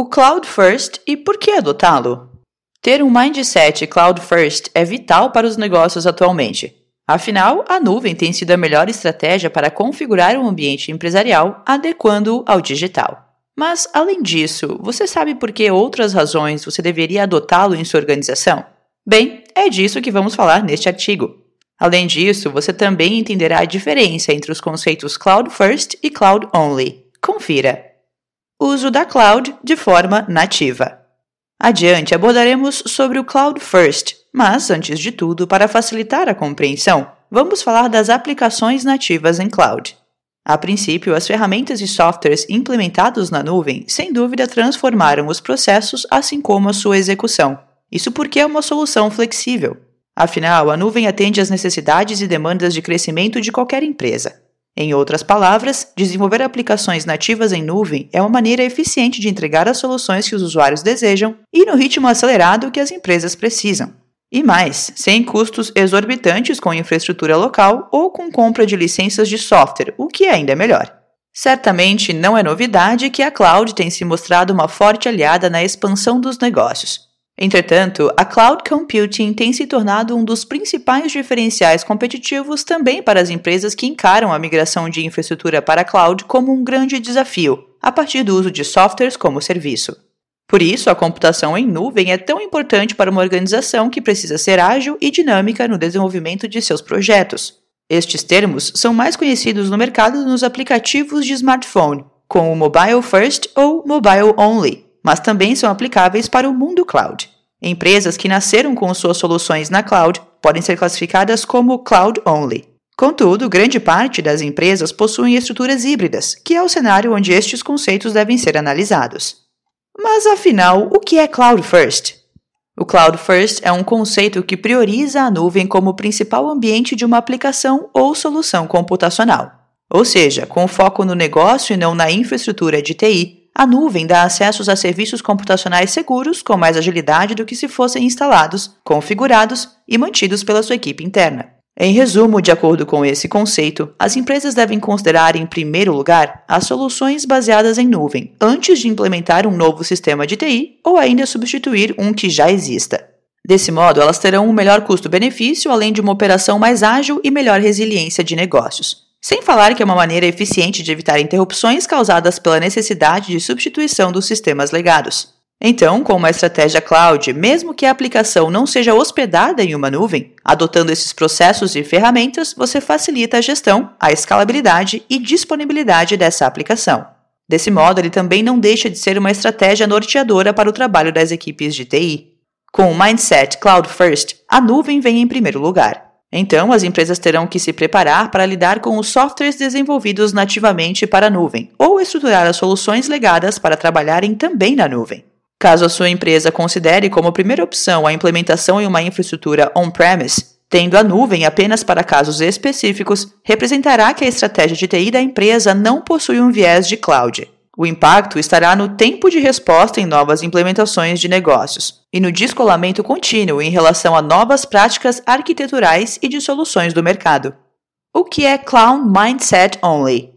O Cloud First e por que adotá-lo? Ter um mindset Cloud First é vital para os negócios atualmente. Afinal, a nuvem tem sido a melhor estratégia para configurar um ambiente empresarial adequando-o ao digital. Mas, além disso, você sabe por que outras razões você deveria adotá-lo em sua organização? Bem, é disso que vamos falar neste artigo. Além disso, você também entenderá a diferença entre os conceitos Cloud First e Cloud Only. Confira. Uso da Cloud de forma nativa. Adiante abordaremos sobre o Cloud First, mas, antes de tudo, para facilitar a compreensão, vamos falar das aplicações nativas em Cloud. A princípio, as ferramentas e softwares implementados na nuvem, sem dúvida, transformaram os processos, assim como a sua execução. Isso porque é uma solução flexível. Afinal, a nuvem atende às necessidades e demandas de crescimento de qualquer empresa. Em outras palavras, desenvolver aplicações nativas em nuvem é uma maneira eficiente de entregar as soluções que os usuários desejam e no ritmo acelerado que as empresas precisam. E mais, sem custos exorbitantes com infraestrutura local ou com compra de licenças de software, o que ainda é melhor. Certamente não é novidade que a cloud tem se mostrado uma forte aliada na expansão dos negócios. Entretanto, a cloud computing tem se tornado um dos principais diferenciais competitivos também para as empresas que encaram a migração de infraestrutura para a cloud como um grande desafio, a partir do uso de softwares como serviço. Por isso, a computação em nuvem é tão importante para uma organização que precisa ser ágil e dinâmica no desenvolvimento de seus projetos. Estes termos são mais conhecidos no mercado nos aplicativos de smartphone, com o Mobile First ou Mobile Only, mas também são aplicáveis para o mundo cloud. Empresas que nasceram com suas soluções na cloud podem ser classificadas como Cloud Only. Contudo, grande parte das empresas possuem estruturas híbridas, que é o cenário onde estes conceitos devem ser analisados. Mas, afinal, o que é Cloud First? O Cloud First é um conceito que prioriza a nuvem como principal ambiente de uma aplicação ou solução computacional. Ou seja, com foco no negócio e não na infraestrutura de TI, a nuvem dá acessos a serviços computacionais seguros com mais agilidade do que se fossem instalados, configurados e mantidos pela sua equipe interna. Em resumo, de acordo com esse conceito, as empresas devem considerar, em primeiro lugar, as soluções baseadas em nuvem, antes de implementar um novo sistema de TI ou ainda substituir um que já exista. Desse modo, elas terão um melhor custo-benefício, além de uma operação mais ágil e melhor resiliência de negócios. Sem falar que é uma maneira eficiente de evitar interrupções causadas pela necessidade de substituição dos sistemas legados. Então, com uma estratégia cloud, mesmo que a aplicação não seja hospedada em uma nuvem, adotando esses processos e ferramentas, você facilita a gestão, a escalabilidade e disponibilidade dessa aplicação. Desse modo, ele também não deixa de ser uma estratégia norteadora para o trabalho das equipes de TI. Com o mindset Cloud First, a nuvem vem em primeiro lugar. Então, as empresas terão que se preparar para lidar com os softwares desenvolvidos nativamente para a nuvem, ou estruturar as soluções legadas para trabalharem também na nuvem. Caso a sua empresa considere como primeira opção a implementação em uma infraestrutura on-premise, tendo a nuvem apenas para casos específicos, representará que a estratégia de TI da empresa não possui um viés de cloud. O impacto estará no tempo de resposta em novas implementações de negócios e no descolamento contínuo em relação a novas práticas arquiteturais e de soluções do mercado. O que é Cloud Mindset Only?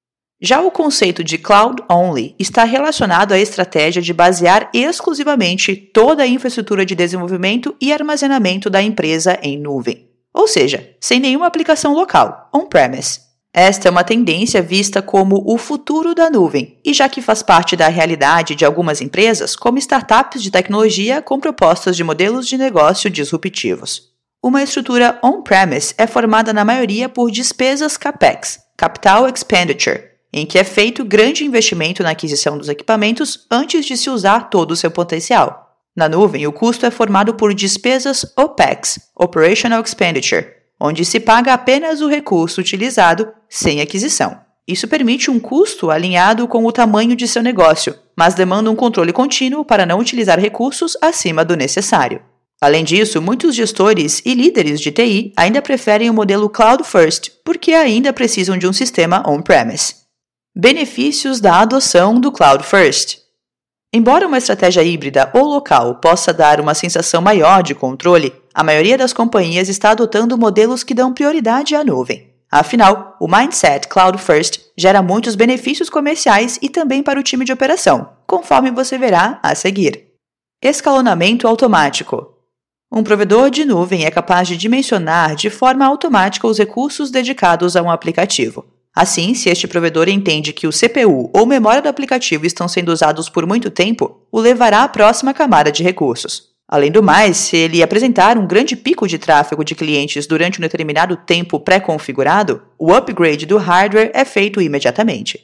Já o conceito de Cloud Only está relacionado à estratégia de basear exclusivamente toda a infraestrutura de desenvolvimento e armazenamento da empresa em nuvem, ou seja, sem nenhuma aplicação local, on-premise. Esta é uma tendência vista como o futuro da nuvem, e já que faz parte da realidade de algumas empresas, como startups de tecnologia com propostas de modelos de negócio disruptivos. Uma estrutura on-premise é formada na maioria por despesas CAPEX, Capital Expenditure, em que é feito grande investimento na aquisição dos equipamentos antes de se usar todo o seu potencial. Na nuvem, o custo é formado por despesas OPEX, Operational Expenditure, onde se paga apenas o recurso utilizado sem aquisição. Isso permite um custo alinhado com o tamanho de seu negócio, mas demanda um controle contínuo para não utilizar recursos acima do necessário. Além disso, muitos gestores e líderes de TI ainda preferem o modelo Cloud First, porque ainda precisam de um sistema on-premise. Benefícios da adoção do Cloud First. Embora uma estratégia híbrida ou local possa dar uma sensação maior de controle, a maioria das companhias está adotando modelos que dão prioridade à nuvem. Afinal, o mindset Cloud First gera muitos benefícios comerciais e também para o time de operação, conforme você verá a seguir. Escalonamento automático. Um provedor de nuvem é capaz de dimensionar de forma automática os recursos dedicados a um aplicativo. Assim, se este provedor entende que o CPU ou memória do aplicativo estão sendo usados por muito tempo, o levará à próxima camada de recursos. Além do mais, se ele apresentar um grande pico de tráfego de clientes durante um determinado tempo pré-configurado, o upgrade do hardware é feito imediatamente.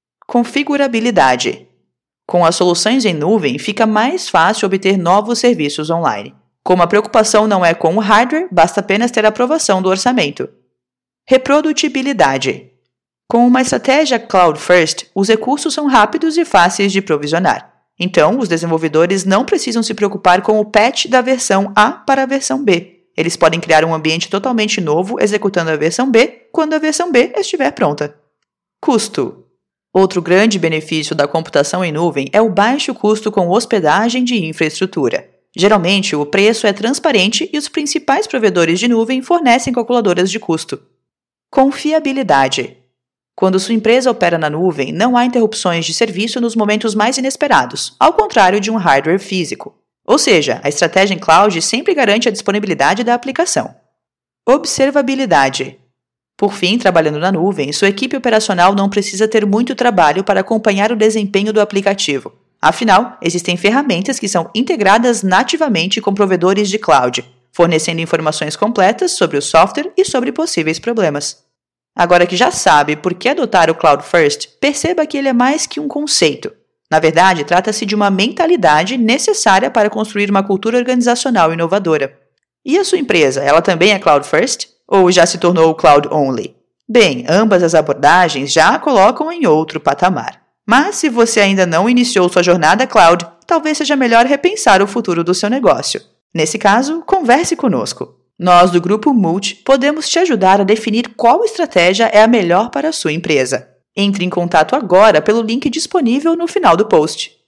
Configurabilidade. Com as soluções em nuvem, fica mais fácil obter novos serviços online. Como a preocupação não é com o hardware, basta apenas ter a aprovação do orçamento. Reprodutibilidade. Com uma estratégia Cloud First, os recursos são rápidos e fáceis de provisionar. Então, os desenvolvedores não precisam se preocupar com o patch da versão A para a versão B. Eles podem criar um ambiente totalmente novo executando a versão B quando a versão B estiver pronta. Custo. Outro grande benefício da computação em nuvem é o baixo custo com hospedagem de infraestrutura. Geralmente, o preço é transparente e os principais provedores de nuvem fornecem calculadoras de custo. Confiabilidade. Quando sua empresa opera na nuvem, não há interrupções de serviço nos momentos mais inesperados, ao contrário de um hardware físico. Ou seja, a estratégia em cloud sempre garante a disponibilidade da aplicação. Observabilidade. Por fim, trabalhando na nuvem, sua equipe operacional não precisa ter muito trabalho para acompanhar o desempenho do aplicativo. Afinal, existem ferramentas que são integradas nativamente com provedores de cloud, fornecendo informações completas sobre o software e sobre possíveis problemas. Agora que já sabe por que adotar o Cloud First, perceba que ele é mais que um conceito. Na verdade, trata-se de uma mentalidade necessária para construir uma cultura organizacional inovadora. E a sua empresa, ela também é Cloud First? Ou já se tornou Cloud Only? Bem, ambas as abordagens já a colocam em outro patamar. Mas se você ainda não iniciou sua jornada cloud, talvez seja melhor repensar o futuro do seu negócio. Nesse caso, converse conosco. Nós do Grupo Multi podemos te ajudar a definir qual estratégia é a melhor para a sua empresa. Entre em contato agora pelo link disponível no final do post.